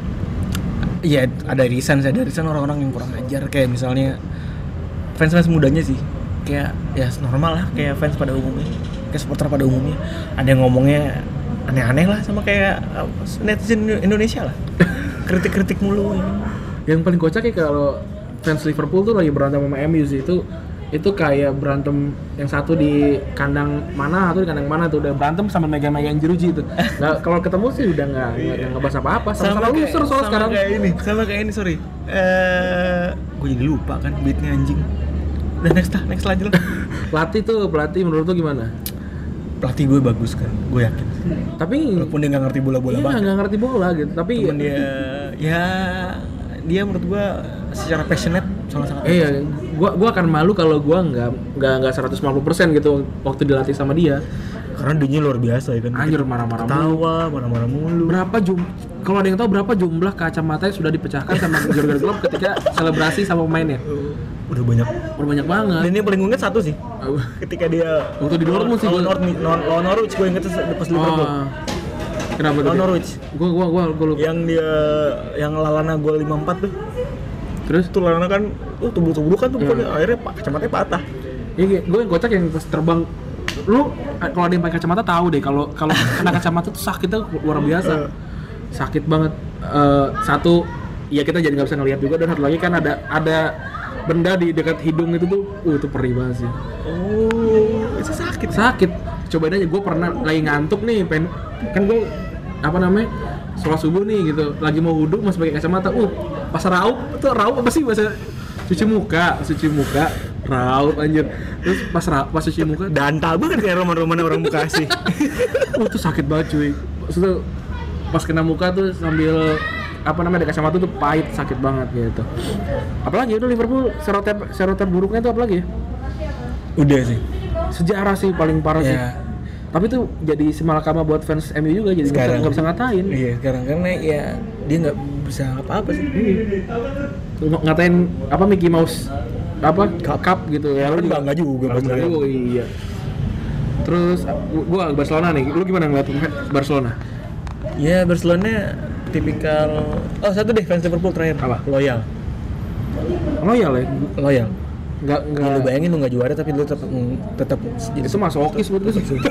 ya ada irisan, ada irisan orang-orang yang kurang ajar, kayak misalnya fans-fans mudanya sih. Kayak ya normal lah, kayak fans pada umumnya, kayak supporter pada umumnya. Ada yang ngomongnya aneh-aneh lah sama kayak uh, netizen Indonesia lah. Kritik-kritik mulu. Yang paling kocak ya kalau fans Liverpool tuh lagi berantem sama M U sih, itu itu kayak berantem yang satu di kandang mana, satu di kandang mana tuh, udah berantem sama megang-megang jeruji itu. Nah, kalau ketemu sih udah nggak nggak ngebahas apa-apa, sama-sama loser soalnya sekarang. kayak ini, sama kayak ini, sorry. Eh, gue jadi lupa kan beatnya anjing. Udah next lah, next aja lah. Pelatih tuh, pelatih menurut tuh gimana? Pelatih gue bagus kan, gue yakin. Tapi Walaupun dia nggak ngerti bola-bola iya banget. nggak ngerti bola gitu, tapi Cuman dia, ya dia menurut gue secara passionate sangat-sangat. eh, iya, gua gua akan malu kalau gua nggak nggak nggak seratus lima puluh persen gitu waktu dilatih sama dia. Karena dia luar biasa ya kan. Anjir, marah-marah mulu. Tawa, marah-marah mulu. Berapa jum kalau ada yang tahu berapa jumlah kacamata yang sudah dipecahkan sama Jurgen Klopp ketika selebrasi sama pemainnya? Udah banyak. Udah banyak banget. Dan yang paling gue inget satu sih. Ketika dia Waktu di Dortmund sih lawan gua- Nor- Nor- lawan Norwich, gue inget pas Liverpool. Oh, kenapa tuh? Lawan Norwich. Gua gua gua gua lupa. Yang dia yang Lalana gol lima empat tuh. Terus Tuh Lalana kan uh tubruk-tubruk kan tuh pokoknya akhirnya pak kacamatanya patah. iya, gue yang kocak yang pas terbang, lu kalau ada yang pakai kacamata tahu deh kalau kalau kena kacamata tuh sakitnya luar biasa. Sakit banget. Eh, satu, ya kita jadi nggak bisa ngelihat juga, dan satu lagi kan ada ada benda di dekat hidung itu tuh, uh itu perih banget sih. Oh, itu sakit. Sakit. Cobain aja, gue pernah lagi ngantuk nih, pen kan gue apa namanya sholat subuh nih gitu, lagi mau wudhu masih pakai kacamata, uh pas raup itu raup apa sih bahasa, cuci muka, cuci muka, raup anjir. Terus pas raup, pas cuci muka, Danta banget kayak roman-roman orang Bekasi. uh itu sakit banget cuy. Maksudnya pas kena muka tuh sambil apa namanya ada kacamata tuh pahit, sakit banget gitu. Apalagi itu Liverpool stereotip stereotip buruknya tuh apalagi ya? Udah sih. Sejarah sih paling parah sih. Ya, Tapi tuh jadi simalakama buat fans M U juga, jadi nggak bisa, Sekarang. nggak bisa ngatain. iya sekarang karena ya dia nggak bisa apa-apa sih. Ng- ngatain apa Mickey Mouse apa cup, gitu ya. Lu Lu juga nggak juga pas juga. lihat. Oh iya. Terus gu- gua Barcelona nih. Lu gimana ngeliat Barcelona? Ya Barcelona tipikal. Oh satu deh fans Liverpool terakhir. Apa? Loyal. Loyal ya. Loyal. Nggak nggak. Lu bayangin lu nggak juara tapi lu tetap tetap Itu masokis buat gue sih.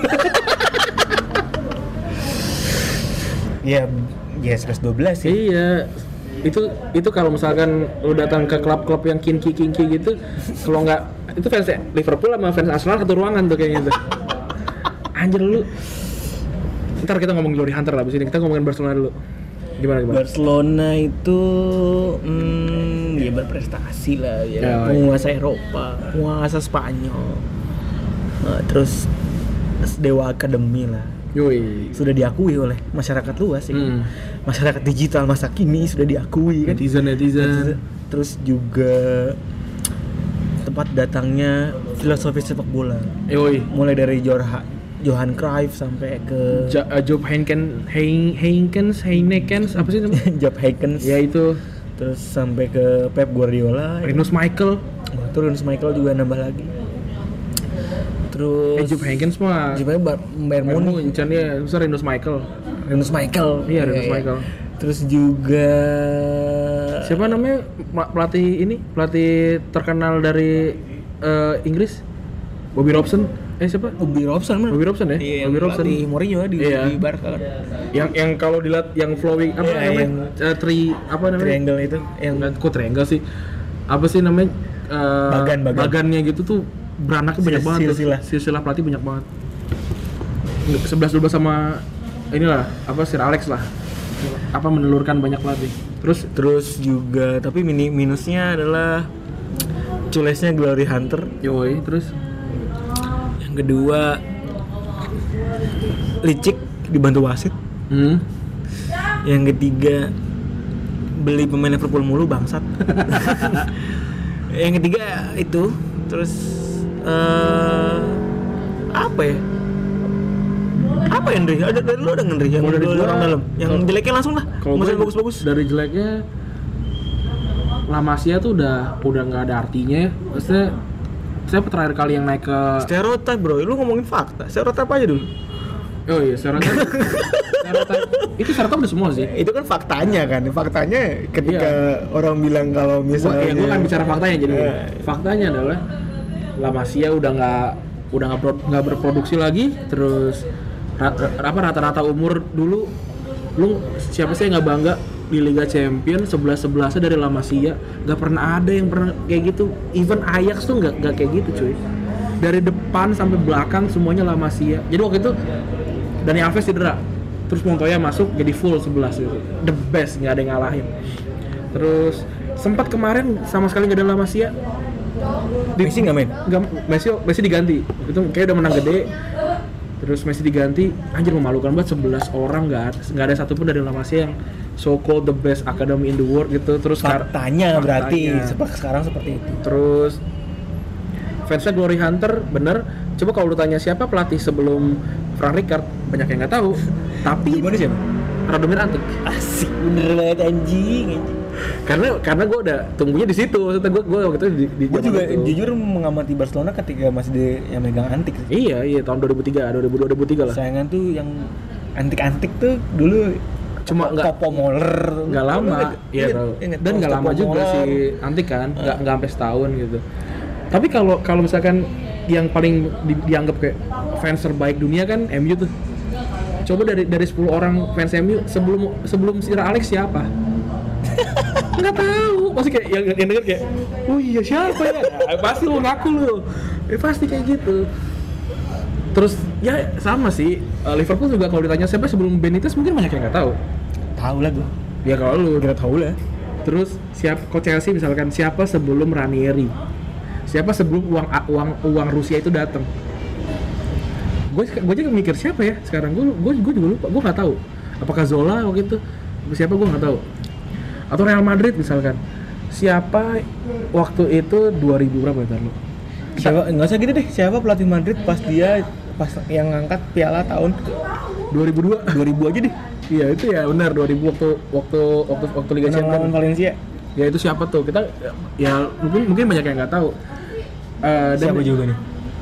ya ya seratus dua belas sih. Iya. Itu itu kalau misalkan lu datang ke klub-klub yang kinky-kinky gitu, kalau nggak itu fans Liverpool sama fans Arsenal satu ruangan tuh kayaknya tuh. Anjir lu. Ntar kita ngomong Glory Hunter lah abis ini, kita ngomongin Barcelona dulu. Gimana gimana? Barcelona itu hmm, ya berprestasi lah ya, Ya, penguasa Eropa, penguasa Spanyol. Nah, terus Dewa Akademi lah. Yoi. Sudah diakui oleh masyarakat luas ya. Hmm. Masyarakat digital masa kini sudah diakui kan. Netizen netizen. Terus juga tempat datangnya filosofi sepak bola. Yoi. Mulai dari Jorha, Johan Cruyff sampai ke Ja, uh, Job Heinkens, Hein, Heinkens, Heinekens, apa sih namanya? Job Haykens. Ya itu. Terus sampai ke Pep Guardiola. Rinus Michael. Wah, terus Michael juga nambah lagi. terus Eh, Jupp Heynckes mah. Juve Bayern Bayern Munich, Munchen ya, terus Rinus Michael. Rinus Michael. Iya, Rinus Michael. Terus juga Siapa namanya ma- pelatih ini? Pelatih terkenal dari eh, Inggris? Bobby Robson. Eh siapa? Bobby Robson mana? Bobby Robson ya? Iya, Bobby Robson. di Mourinho di, Iya. di Barca kan. Yang yang kalau dilihat yang flowing apa Iya, namanya? yang Eh, tri apa namanya? Triangle itu Yang nggak kok triangle sih. Apa sih namanya? Eh, Bagan, bagan. Bagannya gitu tuh beranaknya banyak Sil- banget tuh. silsilah. Silsilah pelatih banyak banget. sebelas dua belas sama inilah apa Sir Alex lah. Apa menelurkan banyak pelatih. Terus Terus juga tapi mini minusnya adalah culesnya Glory Hunter. yoi, terus Yang kedua licik dibantu wasit. hmm. Yang ketiga beli pemain Liverpool mulu bangsat. Yang ketiga itu terus eh apa ya? Apa yang dari ada dari lu ada ngeri yang Kalau dari dari gua, orang dalam yang kalau- jeleknya langsung lah. Kalau Maksudnya gue bagus-bagus. dari jeleknya La Masia tuh udah udah nggak ada artinya. Maksudnya saya terakhir kali yang naik ke Stereotip bro, lu ngomongin fakta. Stereotip aja dulu. oh iya stereotip stereotip itu stereotip udah semua sih. Itu kan faktanya kan. Faktanya ketika orang bilang kalau Gua, misalnya ya gue kan bicara faktanya jadi Eh. faktanya adalah La Masia udah nggak udah nggak pro- nggak berproduksi lagi. Terus ra- ra- apa rata-rata umur dulu lu siapa sih yang nggak bangga di Liga Champions sebelas sebelasnya dari La Masia. Nggak pernah ada yang pernah kayak gitu. Even Ajax tuh nggak nggak kayak gitu cuy, dari depan sampai belakang semuanya La Masia. Jadi waktu itu Dani Alves cedera, terus Montoya masuk jadi full sebelas gitu. The best, nggak ada yang ngalahin. Terus sempat kemarin sama sekali nggak ada La Masia. Di- Messi nggak main? Nggak, Messi Messi diganti. Itu kayak udah menang gede. Terus Messi diganti, anjir memalukan banget sebelas orang nggak ada nggak ada satupun dari La Masia yang so called the best academy in the world gitu. Terus sekar- faktanya berarti faktanya. seperti sekarang seperti itu. Terus fansnya Glory Hunter bener. Coba kalau lu tanya siapa pelatih sebelum Frank Rijkaard, banyak yang nggak tahu. Tapi Gimana siapa? Radomir Antic. Asik bener banget anjing. Karena karena gue udah tunggunya di situ. Maksudnya gue gue waktu itu di, di Gue zaman juga itu. jujur mengamati Barcelona ketika masih di, yang megang antik sih. Iya iya tahun dua ribu tiga, dua ribu dua, dua ribu tiga lah. Sayangan tuh yang antik-antik tuh dulu Cuma nggak Kopo Moller nggak lama, iya Ingat- tahu. ingat Dan nggak Kopo lama juga Moller. si Antik kan, nggak nggak sampai setahun gitu. Tapi kalau kalau misalkan yang paling di- dianggap kayak fans terbaik dunia kan M U tuh. Coba dari dari sepuluh orang fans M U sebelum sebelum Sir Alex siapa? Nggak tahu, pasti kayak yang, yang denger kayak, oh iya siapa ya? Nah, pasti lu ngaku lu, eh, pasti kayak gitu. Terus ya sama sih, uh, Liverpool juga kalau ditanya siapa sebelum Benitez mungkin banyak yang nggak tahu. Tahu lah gue. Ya kalau lu Kira tahu lah. terus siapa kok Chelsea misalkan siapa sebelum Ranieri? Siapa sebelum uang uang uang Rusia itu datang? Gue gue juga mikir siapa ya sekarang gue gue gue juga lupa, gue nggak tahu. Apakah Zola waktu itu? Siapa gue nggak tahu. Atau Real Madrid misalkan. Siapa waktu itu dua ribu berapa ya lu? Siapa enggak usah gitu deh. Siapa pelatih Madrid pas dia pas yang ngangkat piala tahun dua ribu dua dua ribu aja deh. Iya itu ya benar dua ribu waktu waktu waktu waktu Liga Menang lawan Champions. Valencia. Ya itu siapa tuh? Kita ya mungkin mungkin banyak yang nggak tahu. Eh, dan- Siapa juga nih?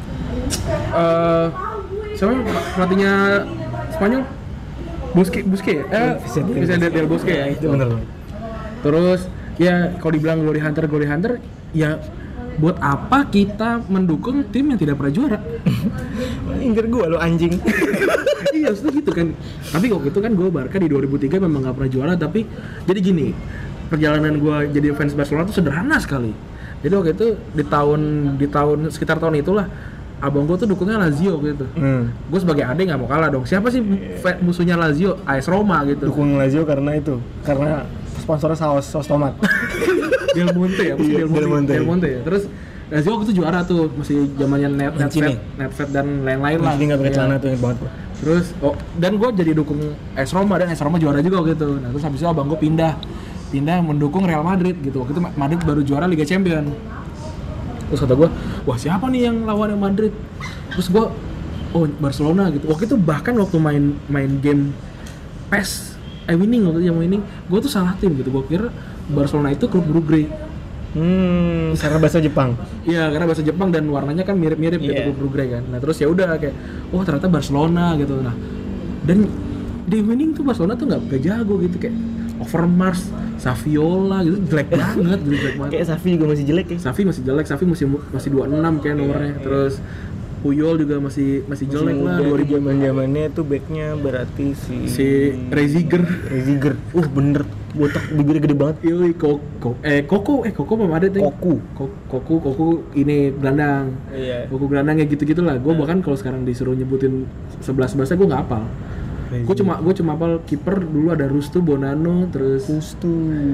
eh siapa pelatihnya Spanyol? Busque, Busque ya? Eh, Vicente del Vicente del Bosque. Bosque ya Itu bener. Terus ya kalau dibilang Glory Hunter, Glory Hunter ya buat apa kita mendukung tim yang tidak pernah juara? Inggir gua lo anjing. Iya, itu gitu kan. Tapi waktu itu kan gue Barca di dua ribu tiga memang nggak pernah juara, tapi jadi gini, perjalanan gue jadi fans Barcelona tuh sederhana sekali. Jadi waktu itu di tahun di tahun sekitar tahun itulah abang gue tuh dukungnya Lazio gitu. Hmm. Gue sebagai adik nggak mau kalah dong. Siapa sih fa- musuhnya Lazio? A S Roma gitu. Dukung Lazio karena itu. Karena sponsornya saus saus tomat. Del Monte ya, masih Iya, Del Monte. Del Monte. Del Monte ya. Terus Lazio waktu itu juara tuh, masih zamannya net Mancini. Netfed, Netfed dan lain-lain lah. Jadi nggak pakai Iya. celana tuh inget banget gua. Terus, oh, dan gue jadi dukung A S Roma dan A S Roma juara juga waktu itu. Nah terus habis itu abang gue pindah, pindah mendukung Real Madrid gitu. Waktu itu Madrid baru juara Liga Champions. Terus kata gue, wah siapa nih yang lawannya Madrid? Terus gue, oh Barcelona gitu. Waktu itu bahkan waktu main main game P E S, eh winning waktu itu yang winning, gue tuh salah tim gitu. Gue kira Barcelona itu klub Blue Grey. Hmm, karena bahasa Jepang. Iya, karena bahasa Jepang dan warnanya kan mirip-mirip Iya. gitu Blue Grey kan. Nah, terus ya udah kayak oh ternyata Barcelona gitu. Nah, dan di winning tuh Barcelona tuh nggak nggak jago gitu kayak Overmars, Saviola gitu jelek banget, gitu, jelek banget. Kayak Safi juga masih jelek ya. Safi masih jelek, Safi masih masih dua puluh enam kayak nomornya. Terus Puyol juga masih masih jelek lah dua ribu zaman-zamannya tuh backnya berarti si si Reziger. Reziger. Uh bener botak bibirnya gede banget. Yoi, Koko eh Koko eh Koko apa ada tuh? Koku. Koko Koku Koku ini gelandang. Iya. Koku gelandang kayak gitu-gitu lah. Gue bahkan kalau sekarang disuruh nyebutin sebelas sebelasnya gue nggak hafal. Gue cuma gue cuma hafal kiper dulu ada Rustu Bonano terus Kustu.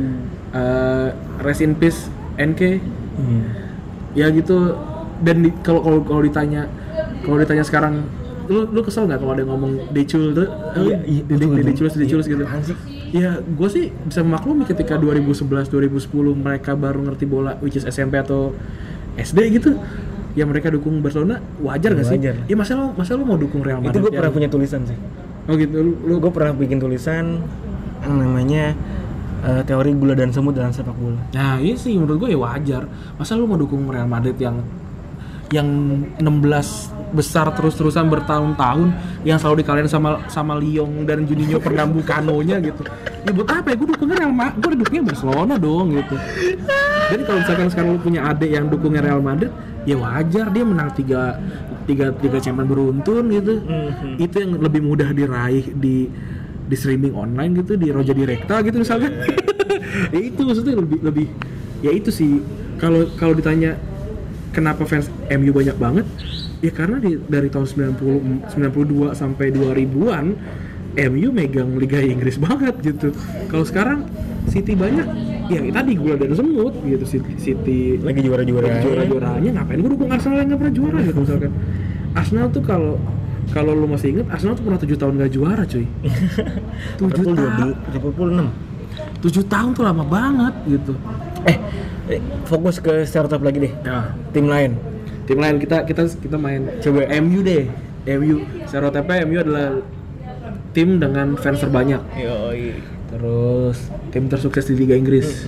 uh, Rest in Peace N K. Hmm. Ya gitu. Dan di- kalau kalau kalau ditanya kalau ditanya sekarang lu lu kesel nggak kalau ada yang ngomong Decul tuh Iya, iya, betul, betul. Deculus Deculus gitu Apaan sih? ya gue sih bisa memaklumi ketika dua ribu sebelas dua ribu sepuluh mereka baru ngerti bola which is S M P atau S D gitu ya mereka dukung Barcelona wajar nggak sih Wajar. ya masa lu masa lu mau dukung Real Itu Madrid gue yang- pernah punya tulisan sih. oh gitu lu, lu Gue pernah bikin tulisan yang namanya eh, teori gula dan semut dalam sepak bola. nah ini sih menurut gue ya wajar masa lu mau dukung Real Madrid yang yang enam belas besar terus-terusan bertahun-tahun yang selalu dikalahin sama sama Lyon dan Juninho Pernambucanonya gitu. Ya buat apa ya? Gue dukungnya Real Madrid, gue dukungnya Barcelona dong gitu. Jadi kalau misalkan sekarang lu punya adik yang dukungnya Real Madrid, ya wajar dia menang tiga tiga tiga champion beruntun gitu. Mhm. Itu yang lebih mudah diraih di di streaming online gitu di Roja Directa gitu misalkan. Ya itu maksudnya lebih lebih ya itu sih kalau kalau ditanya kenapa fans M U banyak banget ya karena di, dari tahun sembilan puluh, sembilan puluh dua sampai dua ribuan M U megang Liga Inggris banget gitu. Kalau sekarang City banyak ya tadi gula dan semut gitu City, City Lagi juara-juara. juara-juaranya ngapain gue dukung Arsenal yang nggak pernah juara gitu misalkan. Arsenal tuh kalau kalau lu masih inget Arsenal tuh pernah tujuh tahun nggak juara cuy. tujuh tahun Liverpool enam. tujuh tahun tuh lama banget gitu. Eh, eh, fokus ke startup lagi deh. Ya. Tim lain. Tim lain kita kita kita main Coba. M U deh. M U. Stereotipnya M U adalah tim dengan fans terbanyak. Yoi. Terus tim tersukses di Liga Inggris.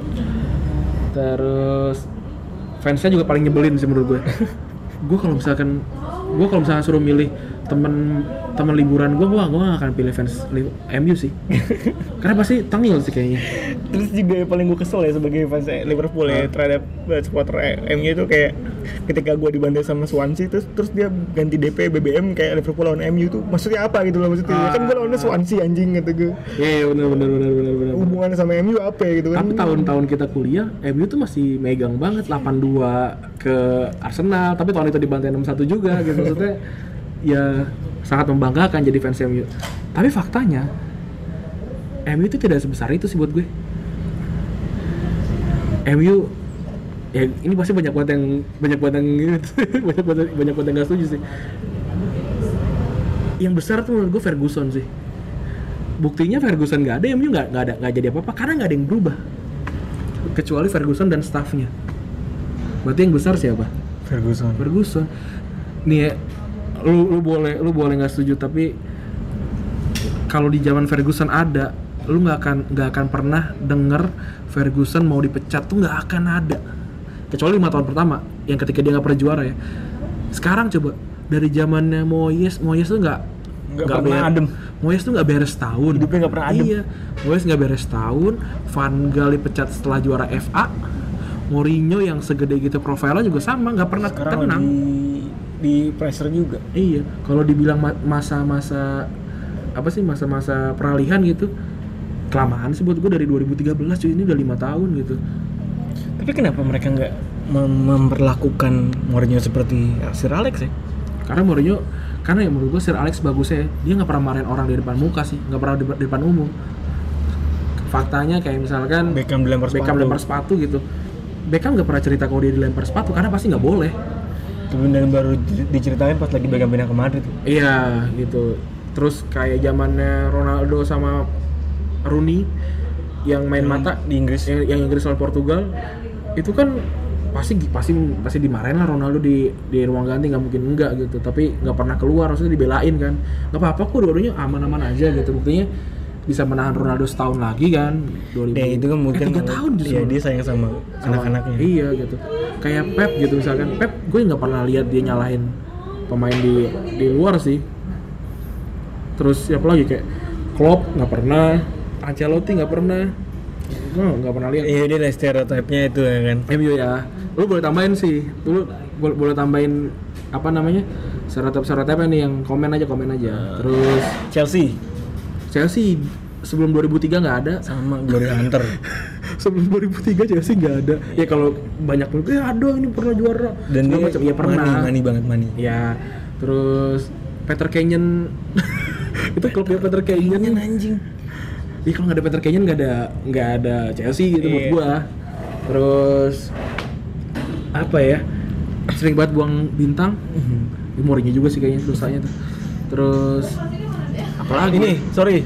Terus fansnya juga paling nyebelin sih menurut gue. Gue kalau misalkan gue kalau misalkan suruh milih temen temen liburan gue, gue gue gak akan pilih fans li- M U sih. Karena pasti tengil sih kayaknya. Terus juga yang paling gue kesel ya sebagai fans Liverpool ya terhadap uh, supporter M U itu kayak ketika gue dibantai sama Swansea terus terus dia ganti D P B B M kayak Liverpool lawan M U tuh maksudnya apa gitu loh maksudnya Ah. kan gue lawannya Swansea anjing gitu gue Iya yeah, benar benar benar benar benar. hubungannya sama M U apa ya gitu kan. Tapi tahun-tahun kita kuliah, M U tuh masih megang banget delapan dua ke Arsenal, tapi tahun itu dibantai enam satu juga gitu. Maksudnya ya sangat membanggakan jadi fans M U. Tapi faktanya M U itu tidak sebesar itu sih buat gue. M U ya ini pasti banyak banget yang banyak banget yang banyak banget banyak banget yang nggak setuju sih. Yang besar tuh menurut gue Ferguson sih. Buktinya Ferguson nggak ada, M U nggak nggak ada nggak jadi apa-apa karena nggak ada yang berubah kecuali Ferguson dan staffnya. Berarti yang besar siapa? Ferguson. Ferguson. Nih ya, lu lu boleh lu boleh nggak setuju tapi kalau di zaman Ferguson ada, lu nggak akan nggak akan pernah denger Ferguson mau dipecat tuh nggak akan ada. Kecuali lima tahun pertama yang ketika dia nggak pernah juara ya. Sekarang coba dari zamannya Moyes, Moyes tuh nggak Nggak pernah adem. Moyes tuh nggak beres tahun. Hidupnya nggak pernah adem. Iya, Moyes nggak beres tahun. Van Gaal dipecat setelah juara F A. Mourinho yang segede gitu profilnya juga sama, nggak pernah Sekarang tenang. di di pressure juga. Iya, kalau dibilang ma- masa-masa apa sih masa-masa peralihan gitu, kelamaan sih buat gue dari dua ribu tiga belas cuy ini udah lima tahun gitu. Tapi kenapa mereka nggak mem- memperlakukan Mourinho seperti Sir Alex ya? Karena Mourinho, karena ya menurut gue Sir Alex bagusnya dia nggak pernah marahin orang di depan muka sih, nggak pernah di, di depan umum. Faktanya kayak misalkan Beckham dilempar Beckham sepatu. lempar sepatu gitu. Beckham nggak pernah cerita kalau dia dilempar sepatu karena pasti nggak boleh. Kemudian baru di- diceritain pas lagi Beckham pindah ke Madrid. Iya gitu. Terus kayak zamannya Ronaldo sama Rooney yang main Yang mata di Inggris. yang, yang Inggris lawan Portugal itu kan pasti pasti pasti dimarahin lah Ronaldo di di ruang ganti, nggak mungkin enggak gitu, tapi nggak pernah keluar maksudnya dibelain kan nggak apa-apa kok dua-duanya aman-aman aja gitu. Buktinya bisa menahan Ronaldo setahun lagi kan dua ribu Ya itu kan mungkin eh, tiga tahun dia, justru. dia sayang sama, Sama- anak-anaknya. Iya gitu. Kayak Pep gitu misalkan. Pep gue nggak pernah lihat dia nyalahin pemain di di luar sih. Terus siapa lagi kayak Klopp nggak pernah, Ancelotti nggak pernah. Gue nggak pernah lihat. Iya dia ada stereotipnya itu ya kan. M U ya. Lu boleh tambahin sih. Lu boleh, boleh tambahin apa namanya? Stereotip-stereotipnya nih yang komen aja, komen aja. Terus Chelsea Chelsea sebelum dua ribu tiga nggak ada. sama Glory Hunter. Sebelum dua ribu tiga Chelsea nggak ada. Ya kalau banyak pun, ya ada ini pernah juara. Dan Segala dia macam. Ya pernah. money, money banget money. Ya. Terus Peter Kenyon itu klubnya Peter Kenyon. Anjing. Iya kalau nggak ada Peter Kenyon nggak ada nggak ada Chelsea gitu buat Iya. gua. Terus apa ya? Sering banget buang bintang. Ya, Mourinho juga sih kayaknya dosanya tuh. Terus apalagi? Ini sorry.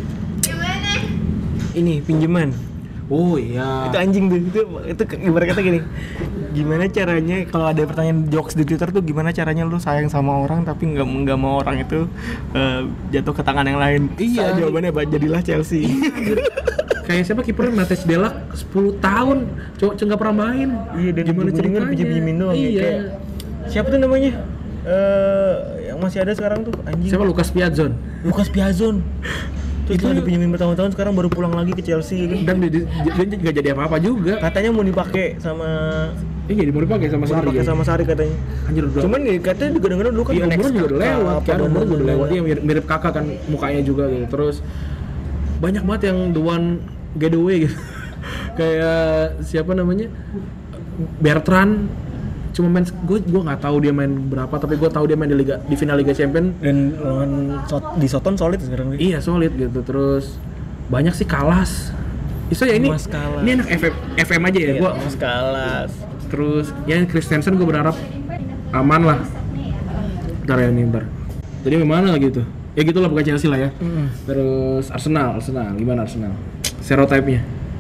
Ini pinjaman. Oh iya. Itu anjing tuh. Itu itu ibarat kata gini. Gimana caranya kalau ada pertanyaan jokes di Twitter tuh gimana caranya lu sayang sama orang tapi nggak nggak mau orang itu eh, jatuh ke tangan yang lain. Iya. Sa- jawabannya apa? Jadilah Chelsea. Kayak siapa kipernya Matheus Delak sepuluh tahun cowok nggak pernah main. Iya dan Gimana ceritanya? pinjem-pinjemin doang ya. Iya. Kayak, siapa tuh namanya? Eh yang masih ada sekarang tuh anjing. Siapa Lucas Piazon? Lucas Piazon. Terus Itu- itu dipinjemin bertahun-tahun sekarang baru pulang lagi ke Chelsea gitu. Dan dia, dia, dia nggak jadi apa-apa juga. Katanya mau dipakai sama Iya, jadi mau dipakai sama mau Sari. dipakai ya? sama Sari katanya. Anjir udah. Cuman nih katanya juga dengar dulu kan Iya, next umurnya juga udah kakak, lewat apa kan, umurnya juga udah bener-bener. lewat. Dia mirip, mirip kakak kan mukanya juga gitu. Terus banyak banget yang the one getaway gitu. Kayak siapa namanya? Bertrand cuma main gue gue nggak tahu dia main berapa tapi gue tahu dia main di liga di final Liga Champion. Dan lawan Sot- di Soton solid sekarang nih. Iya solid gitu. Terus banyak sih Kalas. Iso ya ini Mas Kalas. ini anak F M, F M aja ya Iya, gue. Thomas Kalas. Terus ya Christensen gue berharap aman lah. Ntar ya nih ntar. Jadi gimana gitu? Ya gitulah bukan Chelsea lah ya. Terus Arsenal, Arsenal gimana Arsenal? Stereotipnya?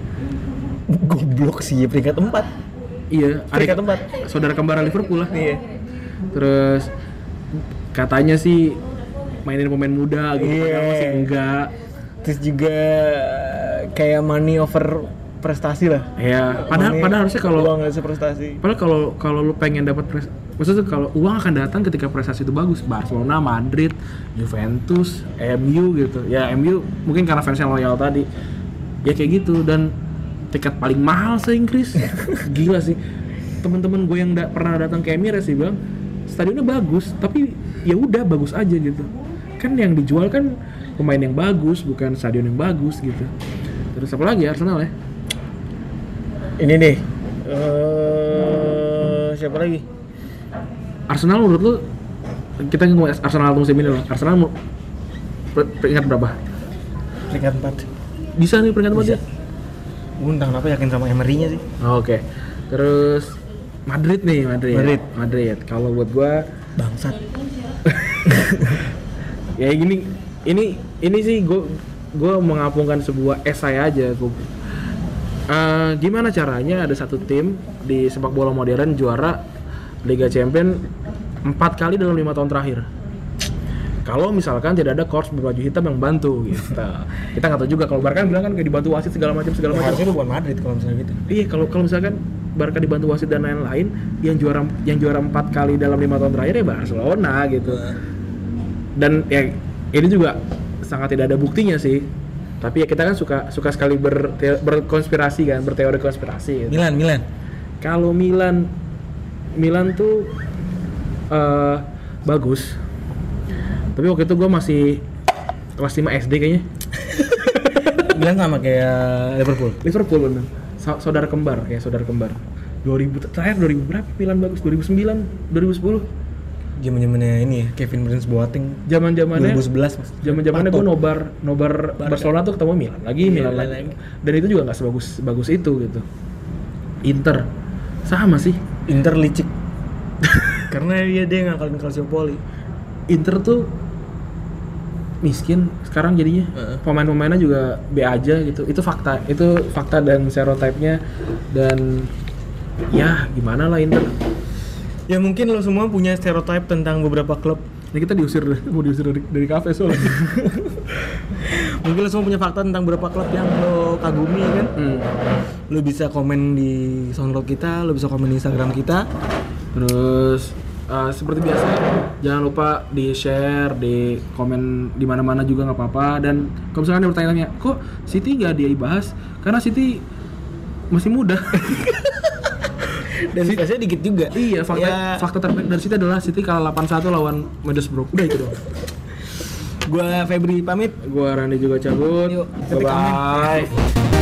Goblok sih peringkat empat. Iya, Peringkat adik- empat. saudara kembar Liverpool lah. Iya. Terus katanya sih mainin pemain muda gitu, Iya. padahal masih enggak. Terus juga kayak money over prestasi lah. Ya, padahal Money padahal harusnya kalau uang nggak seprestasi. padahal kalau kalau lu pengen dapat pres, maksudnya kalau uang akan datang ketika prestasi itu bagus. Barcelona, Madrid, Juventus, M U gitu. Ya M U mungkin karena fansnya loyal tadi. Ya kayak gitu dan tiket paling mahal se-Inggris. Gila sih. Teman-teman gue yang da- pernah datang ke Emirates sih bilang stadionnya bagus, tapi ya udah bagus aja gitu. Kan yang dijual kan pemain yang bagus, bukan stadion yang bagus gitu. Terus apa lagi Arsenal ya? Ini nih. Eh siapa lagi? Arsenal menurut lu kita ngomong Arsenal musim ini loh. Arsenal mau per- peringkat berapa? Peringkat empat. Bisa nih peringkat empat ya? Gue entah kenapa yakin sama Emery-nya sih. Oh, Oke. Terus Madrid nih, Madrid. Madrid. Madrid. Kalau buat gua Bangsat. ya gini, ini ini sih gua gua mengapungkan sebuah esai aja. Gua, Eh, gimana caranya ada satu tim di sepak bola modern juara Liga Champions empat kali dalam lima tahun terakhir? Kalau misalkan tidak ada korps berbaju hitam yang bantu gitu. Kita nggak tahu juga kalau Barca bilang kan kayak dibantu wasit segala macam segala macam. Harusnya itu bukan Madrid kalau misalnya gitu. Iya, kalau kalau misalkan Barca dibantu wasit dan lain-lain, yang juara yang juara empat kali dalam lima tahun terakhir ya Barcelona gitu. Dan ya ini juga sangat tidak ada buktinya sih. Tapi ya kita kan suka suka sekali ber, berkonspirasi kan, berteori konspirasi. Gitu. Milan, Milan. Kalau Milan Milan tuh eh, bagus. Tapi waktu itu gue masih kelas lima S D kayaknya. Milan sama kayak Liverpool. Liverpool bener. Sa- saudara kembar, kayak saudara kembar. dua ribu terakhir dua ribu berapa Milan bagus? dua ribu sembilan, dua ribu sepuluh. Zaman-zamannya ini ya, Kevin Prince Boateng. Zaman-zamannya dua ribu sebelas. Zaman-zamannya gue nobar nobar Barca. Barcelona tuh ketemu Milan lagi, Iya, Milan Milan lagi. lagi. Dan itu juga nggak sebagus bagus itu gitu. Inter sama sih. Inter licik. Karena dia dia ngakalin Calciopoli. Inter tuh miskin sekarang jadinya. Heeh. Pemain-pemainnya juga B aja gitu. Itu fakta, itu fakta dan stereotipnya. Dan ya gimana lah Inter. Ya mungkin lo semua punya stereotip tentang beberapa klub. Ini kita diusir, mau diusir dari, dari kafe soalnya. Mungkin lo semua punya fakta tentang beberapa klub yang lo kagumi kan. Hmm. Lo bisa komen di SoundCloud kita, lo bisa komen di Instagram kita. Terus uh, seperti biasa jangan lupa di share, di komen di mana-mana juga nggak apa-apa. Dan kalau misalkan ada pertanyaannya, kok City nggak dia dibahas? Karena City masih muda. Dan biasanya dikit juga. Iya, fakta Ya. fakta terbaik dari City adalah City kalah delapan satu lawan Middlesbrough. Udah itu doang. Gua Febri pamit. Gua Randy juga cabut. Yuk, Bye bye.